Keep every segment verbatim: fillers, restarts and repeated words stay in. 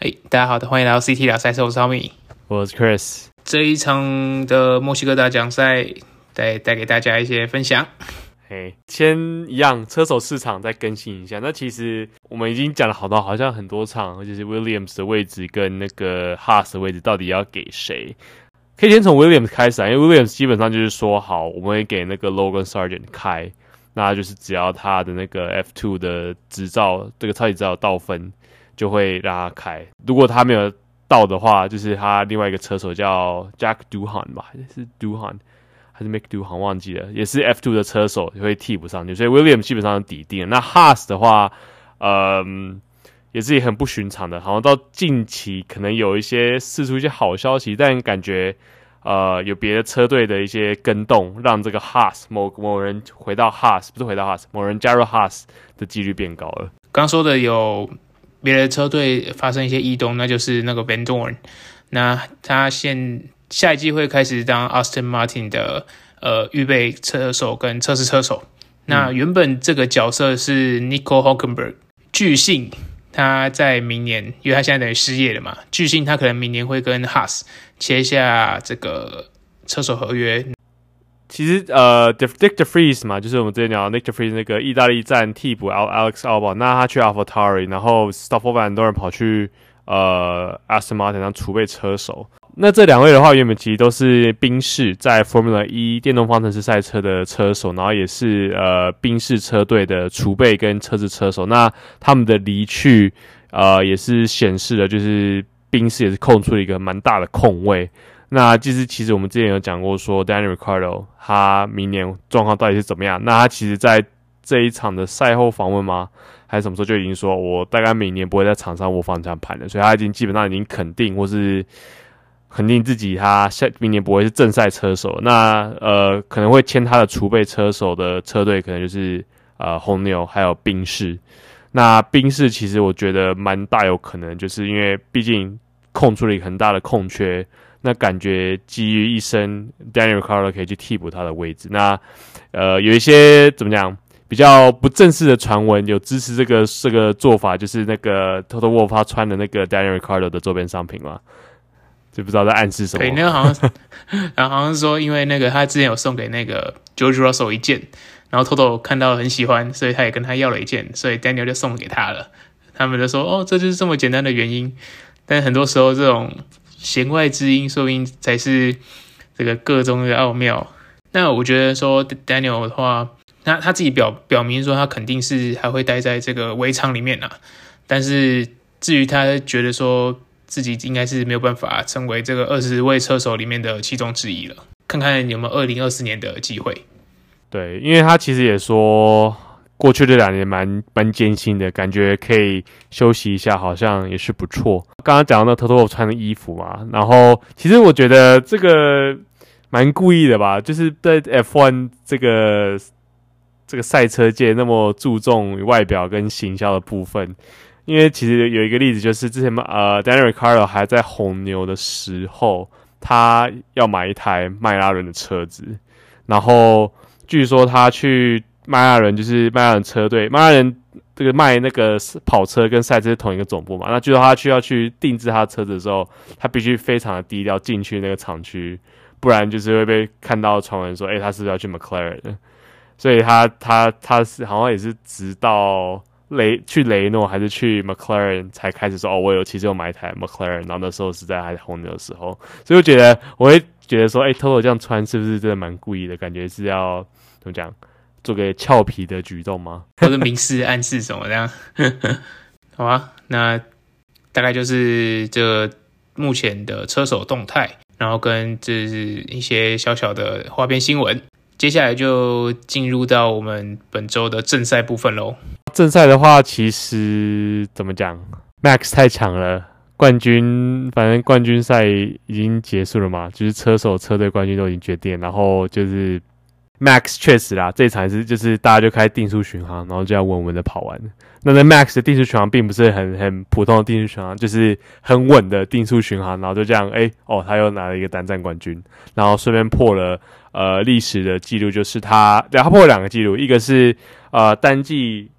嘿，大家好，欢迎来到 C T 聊赛事，我是 Tommy， 我是 Chris。 这一场的墨西哥大奖赛，带带给大家一些分享。 嘿，先一样，车手市场再更新一下。那其实我们已经讲了好多，好像很多场，就是 Williams 的位置跟那个 Haas 的位置到底要给谁？可以先从 Williams 开始啊，因为 Williams 基本上就是说好，我们会给那个 Logan Sargent 开，那就是只要他的那个 F 二 的执照，这个超级执照到分，就会让他开。如果他没有到的话，就是他另外一个车手叫 Jack Doohan 吧，是 Doohan 还是 Mick Doohan 忘记了，也是 F 二 的车手会替补上去，所以 Williams 基本上底定了。那 Haas 的话，嗯，也是很不寻常的，好像到近期可能有一些释出一些好消息，但感觉呃有别的车队的一些跟动，让这个 Haas 某某人回到 Haas 不是回到 Haas 某人加入 Haas 的几率变高了。 刚说的有别的车队发生一些异动，那就是那个 Van Dorn， 那他现下一季会开始当 Aston Martin 的呃预备车手跟测试车手。那原本这个角色是 Nico Hülkenberg， 据信他在明年，因为他现在等于失业了嘛，据信他可能明年会跟 Haas 签下这个车手合约。 其实呃 Nick de Vries 嘛，就是我们之前聊 Nick de Vries 那个意大利站替补 Alex Albon， 那他去 AlphaTauri， 然后 Stoffel Van Dorn 跑去呃 Aston Martin 当储备车手。那这两位的话，原本其实都是宾士在 Formula 一电动方程式赛车的车手，然后也是呃宾士车队的储备跟车子车手。那他们的离去，呃，也是显示了就是宾士也是空出了一个蛮大的空位。那其实其实我们之前有讲过说 Daniel Ricciardo 他明年状况到底是怎么样？那他其实在这一场的赛后访问吗？还是什么时候就已经说，我大概明年不会在场上握方向盘了，所以他已经基本上已经肯定或是肯定自己他下明年不会是正赛车手。那呃可能会签他的储备车手的车队可能就是呃红牛还有宾士。那宾士其实我觉得蛮大有可能，就是因为毕竟空出了一个很大的空缺。那感觉基于一生 Daniel Ricciardo 可以去替补他的位置。那呃有一些怎么讲比较不正式的传闻有支持这个这个做法，就是那个 Toto Wolff 他穿的那个 Daniel Ricciardo 的周边商品嘛，就不知道在暗示什么。 对，那个好像然后好像是说，因为那个他之前有送给那个 George Russell 一件，然后 Toto 看到很喜欢，所以他也跟他要了一件，所以 Daniel 就送给他了。他们就说哦，这就是这么简单的原因。但很多时候这种弦外之音，说不定才是这个个中的奥妙。那我觉得说 Daniel 的话，他他自己表表明说他肯定是还会待在这个围场里面啊。但是至于他觉得说自己应该是没有办法成为这个二十位车手里面的其中之一了，看看有没有二零二四年的机会。 对，因为他其实也说，过去这两年蛮蛮艰辛的，感觉可以休息一下，好像也是不错。刚刚讲到那 Toto Wolff 穿的衣服嘛，然后其实我觉得这个蛮故意的吧，就是在 F 一 这个这个赛车界那么注重外表跟行销的部分。因为其实有一个例子，就是之前呃 Daniel Ricciardo 还在红牛的时候，他要买一台迈拉伦的车子，然后据说他去迈拉伦，就是迈拉伦车队，迈拉伦这个卖那个跑车跟赛车是同一个总部嘛。那据说他需要去定制他的车子的时候，他必须非常的低调进去那个厂区，不然就是会被看到传闻说，哎、欸，他是不是要去 McLaren 的？所以他他他是好像也是直到雷去雷诺还是去 McLaren 才开始说，哦，我有其实有买一台 McLaren， 然后那时候是在还红牛的时候，所以我觉得我会觉得说，哎、欸、，Toto 这样穿是不是真的蛮故意的？感觉是要怎么讲？做个俏皮的举动吗？ 或者明示暗示什么这样？好啊，那大概就是这目前的车手动态，然后跟这是一些小小的花边新闻。接下来就进入到我们本周的正赛部分咯。 正赛的话，其实怎么讲 ，Max 太强了。冠军，反正冠军赛已经结束了嘛，就是车手、车队冠军都已经决定，然后就是。Max 确实啦，这一场是就是大家就开定速巡航，然后就要稳稳的跑完。那那 Max 的定速巡航并不是很很普通的定速巡航，就是很稳的定速巡航，然后就这样，哎、欸、哦，他又拿了一个单站冠军，然后顺便破了呃历史的记录，就是他，他破了两个记录，一个是呃单季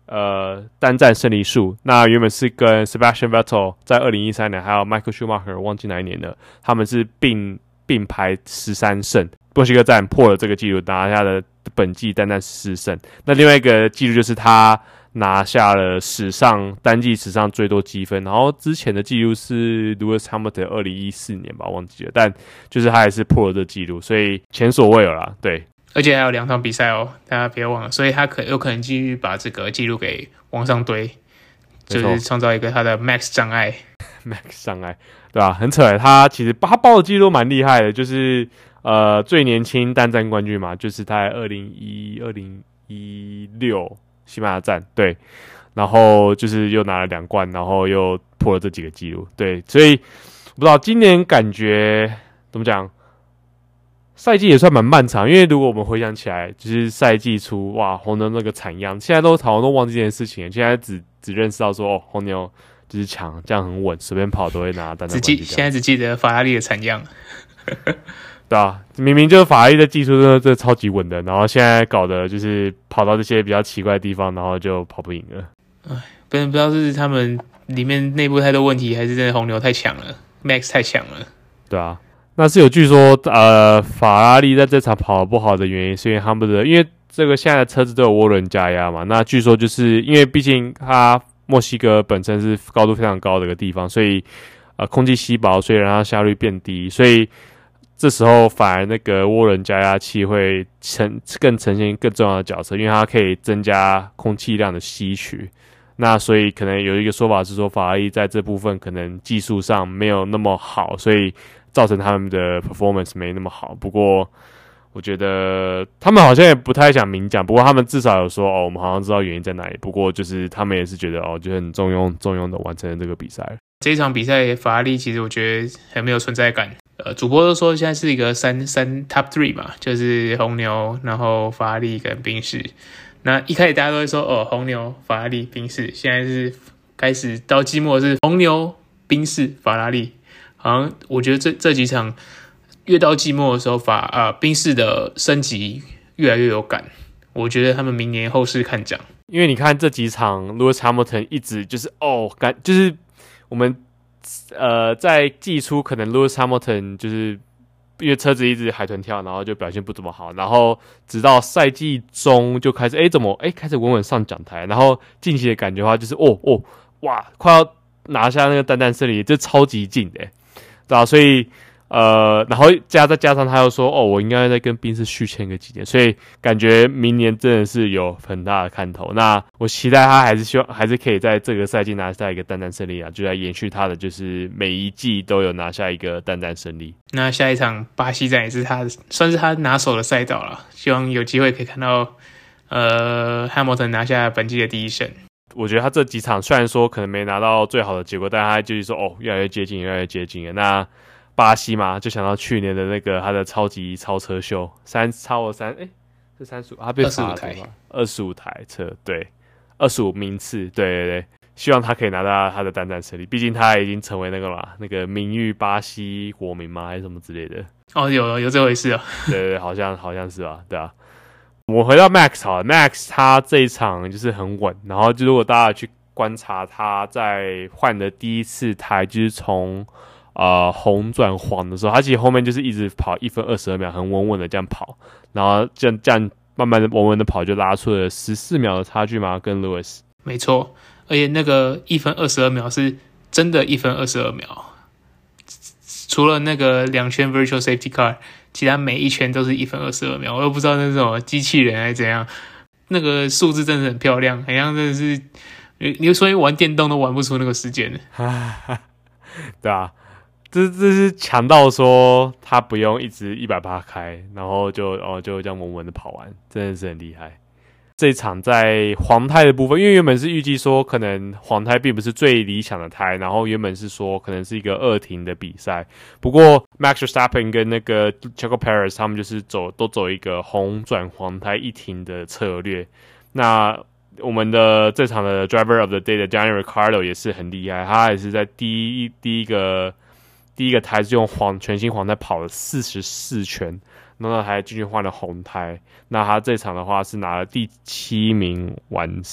呃单站胜利数。那原本是跟 Sebastian Vettel 在二零一三年，还有 Michael Schumacher 忘记哪一年了，他们是并并排十三胜。墨西哥站破了这个纪录，拿下了本季单站十胜。那另外一个纪录就是他拿下了史上单季史上最多积分，然后之前的纪录是 Lewis Hamilton 二零一四年吧，忘记了，但就是他还是破了这纪录，所以前所未有啦。对， 而且还有两场比赛哦，大家别忘了，所以他可有可能继续把这个纪录给往上堆，就是创造一个他的 Max 障碍。 Max 障碍，对吧、啊？很扯，他其实他报的纪录蛮厉害的，就是呃最年轻单站冠军嘛，就是他在二零一二零一六西班牙站，对，然后就是又拿了两冠，然后又破了这几个纪录，对，所以不知道今年感觉怎么讲，赛季也算蛮漫长，因为如果我们回想起来，就是赛季初哇红牛那个惨样，现在都好像都忘记这件事情了，现在只只认识到说哦红牛就是强，这样很稳，随便跑都会拿单站冠军。 现在只记得法拉利的惨样。 对啊，明明就是法拉利的技术真的真的超级稳的，然后现在搞的就是跑到这些比较奇怪的地方，然后就跑不赢了。 哎，不知道是他们里面内部太多问题，还是真的红牛太强了 ，Max 太强了。 对啊，那是有据说，呃，法拉利在这场跑得不好的原因，是因为他们的因为这个现在的车子都有涡轮加压嘛，那据说就是因为毕竟它墨西哥本身是高度非常高的一个地方，所以呃空气稀薄，所以让它效率变低，所以这时候反而那个涡轮加压器会呈更呈现更重要的角色，因为它可以增加空气量的吸取。那所以可能有一个说法是说，法拉利在这部分可能技术上没有那么好，所以造成他们的 performance 没那么好。不过我觉得他们好像也不太想明讲，不过他们至少有说哦，我们好像知道原因在哪里。不过就是他们也是觉得哦，就很中庸中庸的完成了这个比赛。 这一场比赛法拉利其实我觉得很没有存在感。呃，主播都说现在是一个三三 top three 嘛，就是红牛，然后法拉利跟宾士。那一开始大家都会说哦，红牛、法拉利、宾士，现在是开始到季末是红牛、宾士、法拉利。好像我觉得这这几场越到季末的时候，法啊宾士的升级越来越有感。我觉得他们明年后市看涨， 因为你看这几场 Lewis Hamilton 一直就是哦，感就是我们。呃，在季初可能 Lewis Hamilton 就是因为车子一直海豚跳，然后就表现不怎么好，然后直到赛季中就开始，哎，怎么哎开始稳稳上讲台，然后近期的感觉的话就是哦哦哇，快要拿下那个单单胜利，这超级近的，对啊，所以呃，然后加再加上他又说哦，我应该再跟宾士续签个几年，所以感觉明年真的是有很大的看头。那我期待他还是希望还是可以在这个赛季拿下一个单单胜利啊，就来延续他的就是每一季都有拿下一个单单胜利。 那下一场巴西站也是他算是他拿手的赛道了，希望有机会可以看到呃 Hamilton 拿下本季的第一胜。 我觉得他这几场虽然说可能没拿到最好的结果，但他就是说哦，越来越接近，越来越接近了。那巴西嘛，就想到去年的那个他的超级超车秀，三超了三，哎，是三十五，他被罚了多少？二十五台车，对，二十五名次，对对对，希望他可以拿到他的单站胜利，毕竟他已经成为那个嘛，那个名誉巴西国民吗，还是什么之类的？ 哦，有有这回事哦， 对对对，好像好像是吧，对啊。我回到 Max 好了 ，Max 他这一场就是很稳，然后就如果大家去观察他在换的第一次胎，就是从呃红转黄的时候，他其实后面就是一直跑一分二十二秒，很稳稳的这样跑，然后这样这样慢慢的稳稳的跑，就拉出了十四秒的差距嘛，跟 Lewis。 没错，而且那个一分二十二秒是真的一分二十二秒，除了那个两圈 Virtual Safety Car。其他每一圈都是一分二十二秒，我又不知道那是什么机器人还是怎样，那个数字真的很漂亮，好像真的是你所以玩电动都玩不出那个时间。 对啊，这这是强到说他不用一直一百八开，然后就哦就这样稳稳的跑完，真的是很厉害。这一场在黄胎的部分，因为原本是预计说可能黄胎并不是最理想的胎，然后原本是说可能是一个二停的比赛。不过 Max Verstappen 跟那个 Checo Perez 他们就是走都走一个红转黄胎一停的策略。那我们的这场的 Driver of the Day 的 Daniel Ricciardo 也是很厉害，他也是在第一第一个第一个胎是用黄全新黄胎跑了四十四圈。然后还进去换了红胎，那他这场的话是拿了第七名完赛，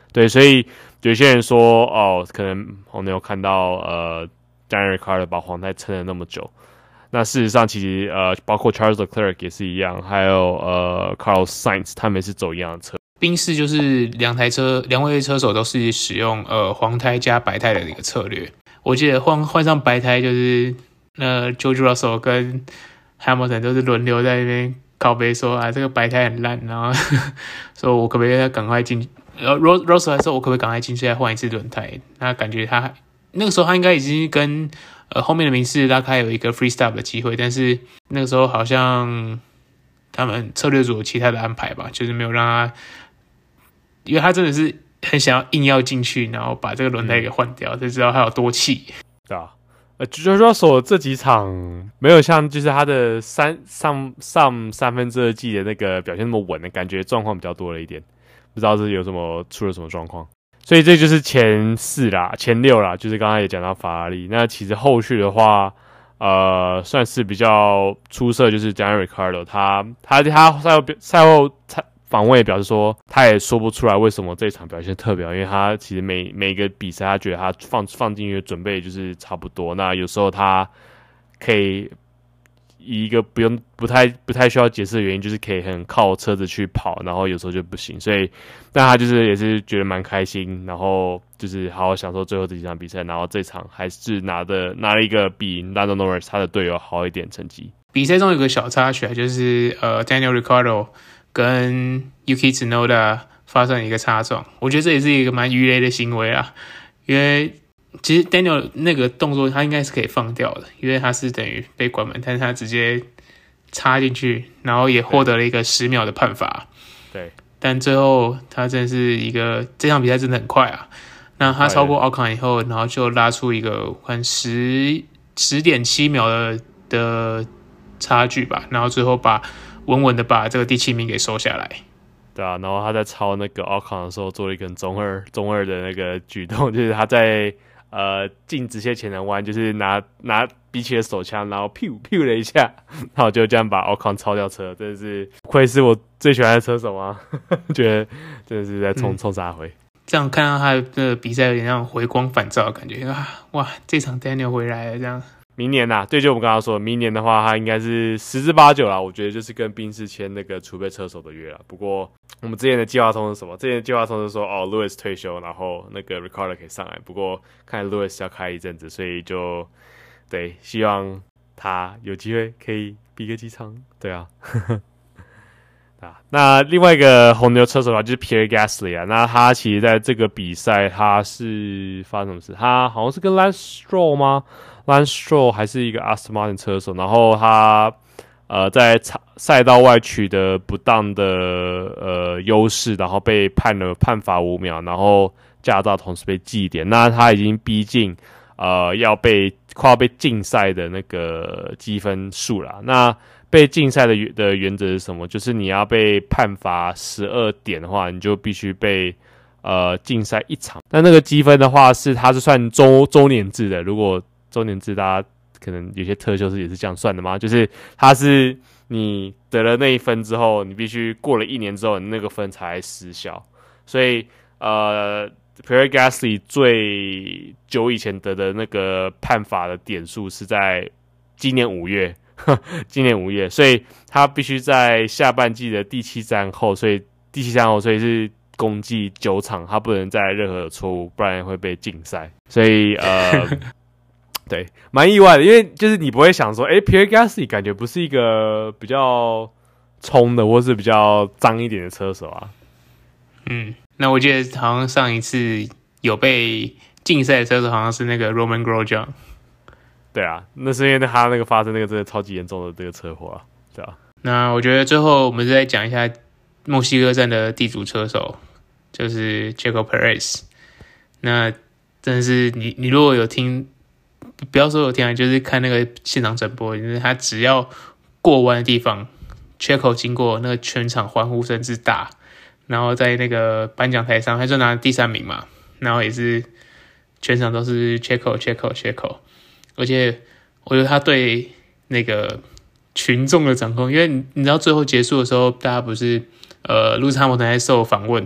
对，所以有些人说哦，可能红牛看到呃 Daniel Ricciardo 把黄胎撑了那么久，那事实上其实呃包括 Charles Leclerc 也是一样，还有呃 Carlos Sainz 他们也是走一样的车。 宾士就是两台车，两位车手都是使用呃黄胎加白胎的一个策略。我记得换换上白胎就是呃 George Russell 跟 Hamilton 都是轮流在那边靠背说啊这个白胎很烂，然后说我可不可以赶快进，然后 Russell 还说我可不可以赶快进去再换一次轮胎。那感觉他那个时候他应该已经跟呃后面的名士拉开有一个 free stop 的机会，但是那个时候好像他们策略组有其他的安排吧，就是没有让他。因为他真的是很想要硬要进去，然后把这个轮胎给换掉，就知道他有多气。 对啊，呃 ，George Russell 这几场没有像就是他的三上上三分之二季的那个表现那么稳的感觉，状况比较多了一点，不知道是有什么出了什么状况。所以这就是前四啦，前六啦，就是刚才也讲到法拉利。那其实后续的话，呃，算是比较出色，就是 Daniel Ricciardo 他他他赛后赛后他。访问也表示说，他也说不出来为什么这场表现特别好，因为他其实每每个比赛，他觉得他放放进去的准备就是差不多。那有时候他可以以一个不用不太不太需要解释的原因，就是可以很靠车子去跑，然后有时候就不行。所以，但他就是也是觉得蛮开心，然后就是好好享受最后这几场比赛，然后这场还是拿的拿了一个比 Lando Norris 他的队友好一点成绩。 比赛中有个小插曲，就是呃 Daniel Ricciardo。跟 Yuki Tsunoda 发生一个擦撞，我觉得这也是一个蛮鱼雷的行为啦。因为其实 Daniel 那个动作他应该是可以放掉的，因为他是等于被关门，但是他直接插进去，然后也获得了一个十秒的判罚。 对， 但最后他真的是一个这场比赛真的很快啊。那他超过 Ocon 以后，然后就拉出一个看十十点七秒的的差距吧，然后最后把。稳稳的把这个第七名给收下来， 对啊，然后他在超那个 Ocon 的时候做了一个中二中二的那个举动，就是他在呃进直线前的弯，就是拿拿比起了手枪，然后 pew pew 了一下，然后就这样把 Ocon 超掉车，真的是不愧是我最喜欢的车手啊！觉得真的是在冲冲啥回。 这样看到他的比赛有点那种回光返照的感觉啊！哇，这场 Daniel 回来了，这样。 明年呐、啊，对，就我们刚刚说，明年的话，他应该是十之八九啦。我觉得就是跟宾士签那个储备车手的约啦。不过我们之前的计划通是什么？之前的计划通是说，哦 ，Lewis 退休，然后那个 Ricciardo 可以上来。不过看 Lewis 要开一阵子，所以就对，希望他有机会可以比个几场。对啊，啊，那另外一个红牛车手啊，就是 Pierre Gasly 啊。那他其实在这个比赛，他是发生什么事？他好像是跟 Lance Stroll 吗？Lance Stroll 还是一个 Aston Martin 车手，然后他呃在赛道外取得不当的呃优势，然后被判了判罚五秒，然后驾照同时被记点。那他已经逼近呃要被快要被禁赛的那个积分数了。那被禁赛的的原则是什么？就是你要被判罚十二点的话，你就必须被呃禁赛一场。那那个积分的话是它是算周周年制的，如果周年制，大家可能有些特休是也是这样算的吗？就是它是你得了那一分之后，你必须过了一年之后，你那个分才失效。所以呃 ，Pierre Gasly 最久以前得的那个判罚的点数是在今年五月，今年五月，所以他必须在下半季的第七站后，所以第七站后，所以是共计九场，他不能再任何的错误，不然会被禁赛。所以呃。对，蛮意外的，因为就是你不会想说，哎 ，Pierre Gasly 感觉不是一个比较冲的，或是比较脏一点的车手啊。 嗯，那我记得好像上一次有被禁赛的车手好像是那个 Roman Grosjean。 对啊，那是因为他那个发生那个真的超级严重的这个车祸啊，对啊。 那我觉得最后我们再讲一下墨西哥站的地主车手，就是 Checo Perez。那真的是你你如果有听。不要说有听啊，就是看那个现场转播，就是他只要过弯的地方 ，Checo 经过那个全场欢呼声之大，然后在那个颁奖台上，他就拿第三名嘛，然后也是全场都是 Checo Checo Checo， 而且我觉得他对那个群众的掌控，因为你知道最后结束的时候，大家不是呃，路易斯汉密尔顿在受访问，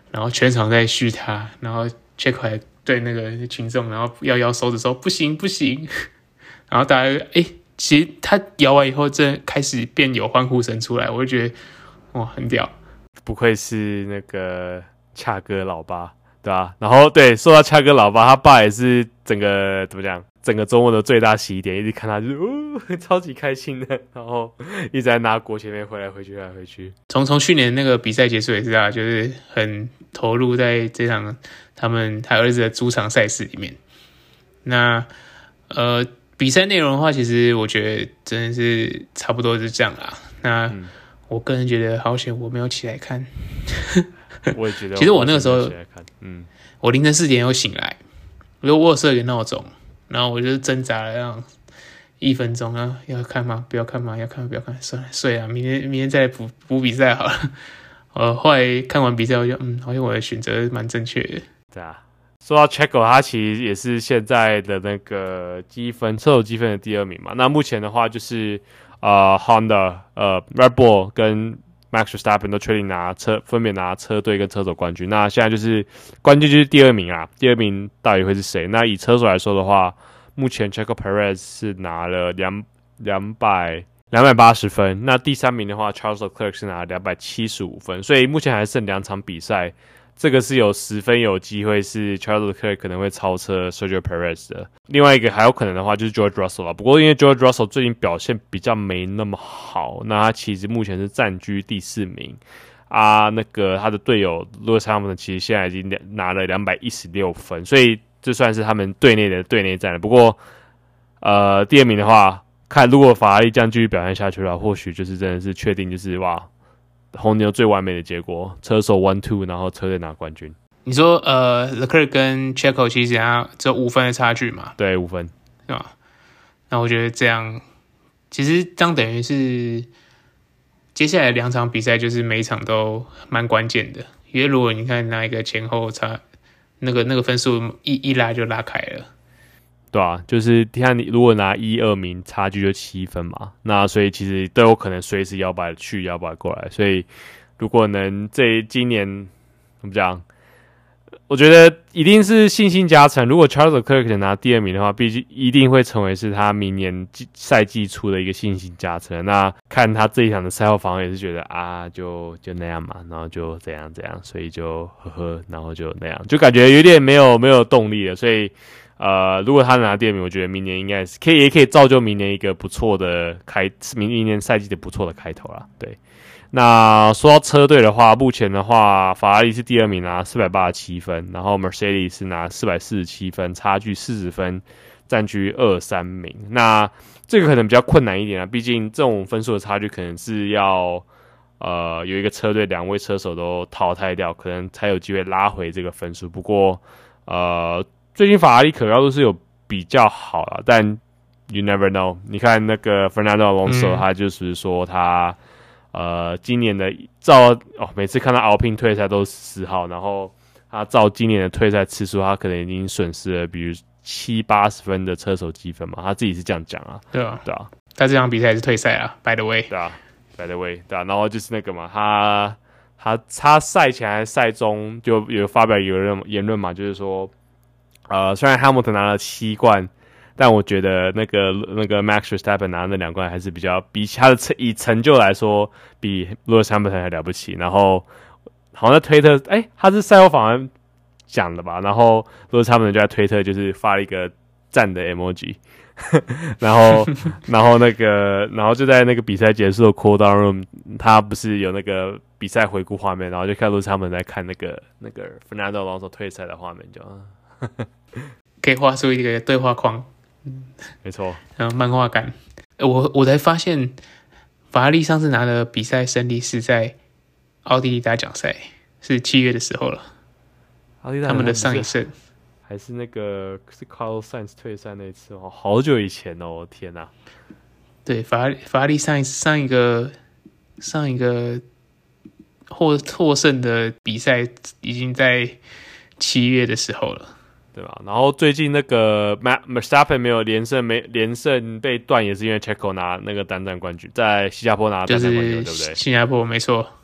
然后全场在嘘他，然后 Checo 还对那个群众，然后摇摇手指说不行不行，然后大家哎，其实他摇完以后，真的开始变有欢呼声出来，我就觉得哇很屌， 不愧是那个恰哥老爸，对吧、啊？然后对，说到恰哥老爸，他爸也是整个怎么讲？整个周末的最大喜点，一直看他就是哦，超级开心的，然后一直在拿国前面回来回去回来回去。 从从去年那个比赛结束也是啊，就是很投入在这场他们他儿子的主场赛事里面。那呃比赛内容的话，其实我觉得真的是差不多是这样啦。那、嗯、我个人觉得好险我没有起来看。 我也觉得， 其实我那个时候， 嗯， 我凌晨四点有醒来，因为我有设一个闹钟。然后我就挣扎了，让一分钟啊，要看吗？不要看吗？要看吗不要看？算了，睡啊，明天明天再来补补比赛好了。呃，后来看完比赛，我就嗯，好像我的选择蛮正确的。 对啊，说到 Checo， 他其实也是现在的那个积分车手积分的第二名嘛。那目前的话就是呃 Honda、呃 Red Bull 跟Max Verstappen 都确定拿车，分别拿车队跟车手冠军。那现在就是关键就是第二名啊，第二名到底会是谁？那以车手来说的话，目前 Checo Perez 是拿了两两百两百八十分，那第三名的话 Charles Leclerc 是拿了两百七十五分，所以目前还剩两场比赛。这个是有十分有机会是 Charles Leclerc 可能会超车 Sergio Perez 的，另外一个还有可能的话就是 George Russell 啦。不过因为 George Russell 最近表现比较没那么好，那他其实目前是占据第四名啊。那个他的队友 Lewis Hamilton 其实现在已经拿了两百一十六分，所以这算是他们队内的队内战了。不过呃第二名的话，看如果法拉利这样继续表现下去的话，或许就是真的是确定就是哇。红牛最完美的结果，车手 one two， 然后车队拿冠军。 你说呃 Leclerc 跟 Checo 其实他只有五分的差距嘛？ 对，五分， 是吧？那我觉得这样，其实这样等于是接下来两场比赛就是每一场都蛮关键的，因为如果你看哪一个前后差，那个那个分数一一拉就拉开了。 对啊，就是看你如果拿一二名，差距就七分嘛，那所以其实都有可能随时摇摆去摇摆过来，所以如果能这今年怎么讲，我觉得一定是信心加成。如果 Charles Leclerc 能拿第二名的话，毕竟一定会成为是他明年赛季初的一个信心加成。那看他这一场的赛后访问也是觉得啊，就就那样嘛，然后就怎样怎样，所以就呵呵，然后就那样，就感觉有点没有没有动力了，所以。呃，如果他拿第二名，我觉得明年应该是可以，也可以造就明年一个不错的开，明明年赛季的不错的开头啦。对，那说到车队的话，目前的话，法拉利是第二名拿四百八十七分，然后 Mercedes 是拿四百四十七分，差距四十分，占据二三名。那这个可能比较困难一点啊，毕竟这种分数的差距可能是要呃有一个车队两位车手都淘汰掉，可能才有机会拉回这个分数。不过呃。最近法拉利可靠度是有比较好啦，但 you never know。你看那个 Fernando Alonso，、嗯、他就是说他呃今年的照哦，每次看到 Alpine 退赛都是十号，然后他照今年的退赛次数，他可能已经损失了比如七八十分的车手积分嘛，他自己是这样讲啊。 对啊， 对啊， 他这场比赛是退赛啊 ，by the way。 对啊 ，by the way， 对啊，然后就是那个嘛，他他他赛前还是赛中就有发表一个言论嘛，就是说。呃，虽然 Hamilton 拿了七冠，但我觉得那个那个 Max Verstappen 拿的那两冠还是比较比他的以成就来说，比 Lewis Hamilton 还了不起。然后好像在推特，哎、欸，他是赛后访问讲的吧？然后 Lewis Hamilton 就在推特就是发了一个赞的 emoji， 然后然后那个然后就在那个比赛结束的 cool down room， 他不是有那个比赛回顾画面，然后就看 Lewis Hamilton 在看那个那个 Fernando Alonso 退赛的画面，就。 可以画出一个对话框， 没错， 然后漫画感。我我才发现，法拉利上次拿的比赛胜利是在奥地利大奖赛，是七月的时候了。 奥地利他们的上一胜还是那个是 Carlos Sainz 退赛那一次哦，好久以前哦，天哪！ 对，法法拉利上一上一个上一个获获胜的比赛已经在七月的时候了。 对吧？然后最近那个 Verstappen 没有连胜，没连胜被断，也是因为 Checo 拿那个单站冠军，在新加坡拿单站冠军，对不对？ 新加坡没错。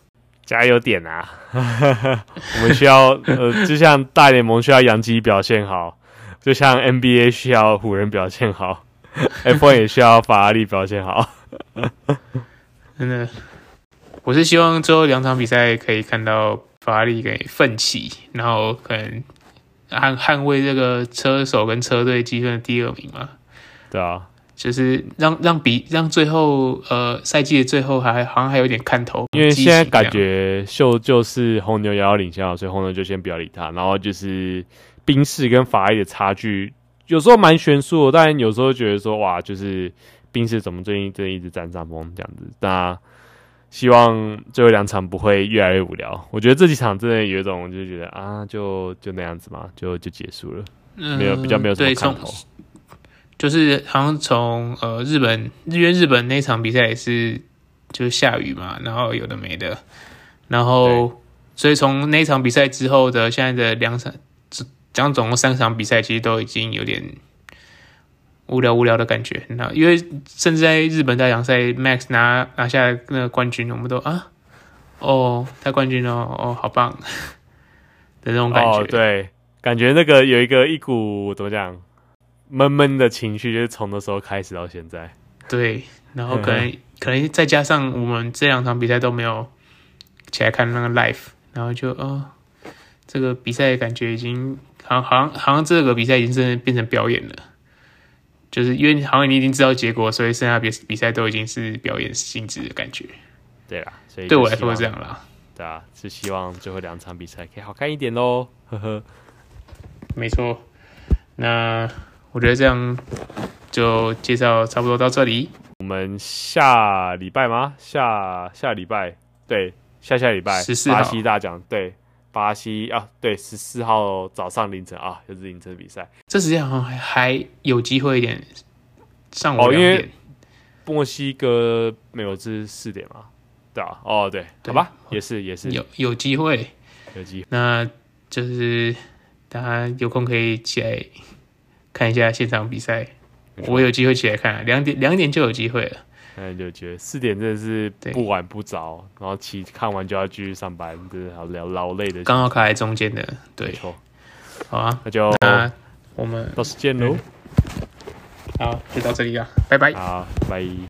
加油点啊！我们需要呃，就像大联盟需要洋基表现好，就像 N B A 需要湖人表现好，F 一 也需要法拉利表现好。 真的，我是希望最后两场比赛可以看到法拉利给奋起，然后可能捍捍卫这个车手跟车队积分的第二名嘛。 对啊。 就是让让比让最后呃赛季的最后还好像还有点看头， 因为现在感觉秀就是红牛也要领先了，所以红牛就先不要理他。然后就是宾士跟法拉利的差距有时候蛮悬殊的，但有时候觉得说哇，就是宾士怎么最近真的一直占上风这样子。那希望最后两场不会越来越无聊。我觉得这几场真的有一种就是觉得啊，就就那样子嘛，就就结束了，没有比较没有什么看头。 就是好像从呃日本，因为日本那场比赛也是就是下雨嘛，然后有的没的，然后所以从那场比赛之后的现在的两场，讲总共三场比赛，其实都已经有点无聊无聊的感觉。那因为甚至在日本大奖赛 ，Max 拿拿下那个冠军，我们都啊，哦，他冠军哦，哦，好棒的那种感觉。 哦，对，感觉那个有一个一股怎么讲？闷闷的情绪就是从那时候开始到现在， 对，然后可能可能再加上我们这两场比赛都没有起来看那个 live， 然后就哦，这个比赛感觉已经好像好像好像这个比赛已经真的变成表演了，就是因为好像你已经知道结果，所以剩下比比赛都已经是表演性质的感觉。 对啦，所以对我来说是这样啦。 对啊，是希望最后两场比赛可以好看一点咯，呵呵。 没错，那。我觉得这样就介绍差不多到这里。 我们下礼拜吗？下下礼拜，对，下下礼拜十四号巴西大奖，对，巴西啊，对，十四号早上凌晨啊，又是凌晨比赛。 这时间好像还还有机会一点，上午两点。 哦，因为墨西哥没有是四点嘛？对啊，哦对，对好吧，也是也是有有机会， 有机会。 那就是大家有空可以起来看一下现场比赛，我有机会起来看、啊，两点两点就有机会了。 那就觉得四点真的是不晚不早，然后起看完就要继续上班，真的好劳劳累的。 刚好卡在中间的，对， 没错。 好啊， 那就那我们到时见喽、 嗯。好，就到这里了，拜拜。 好，拜。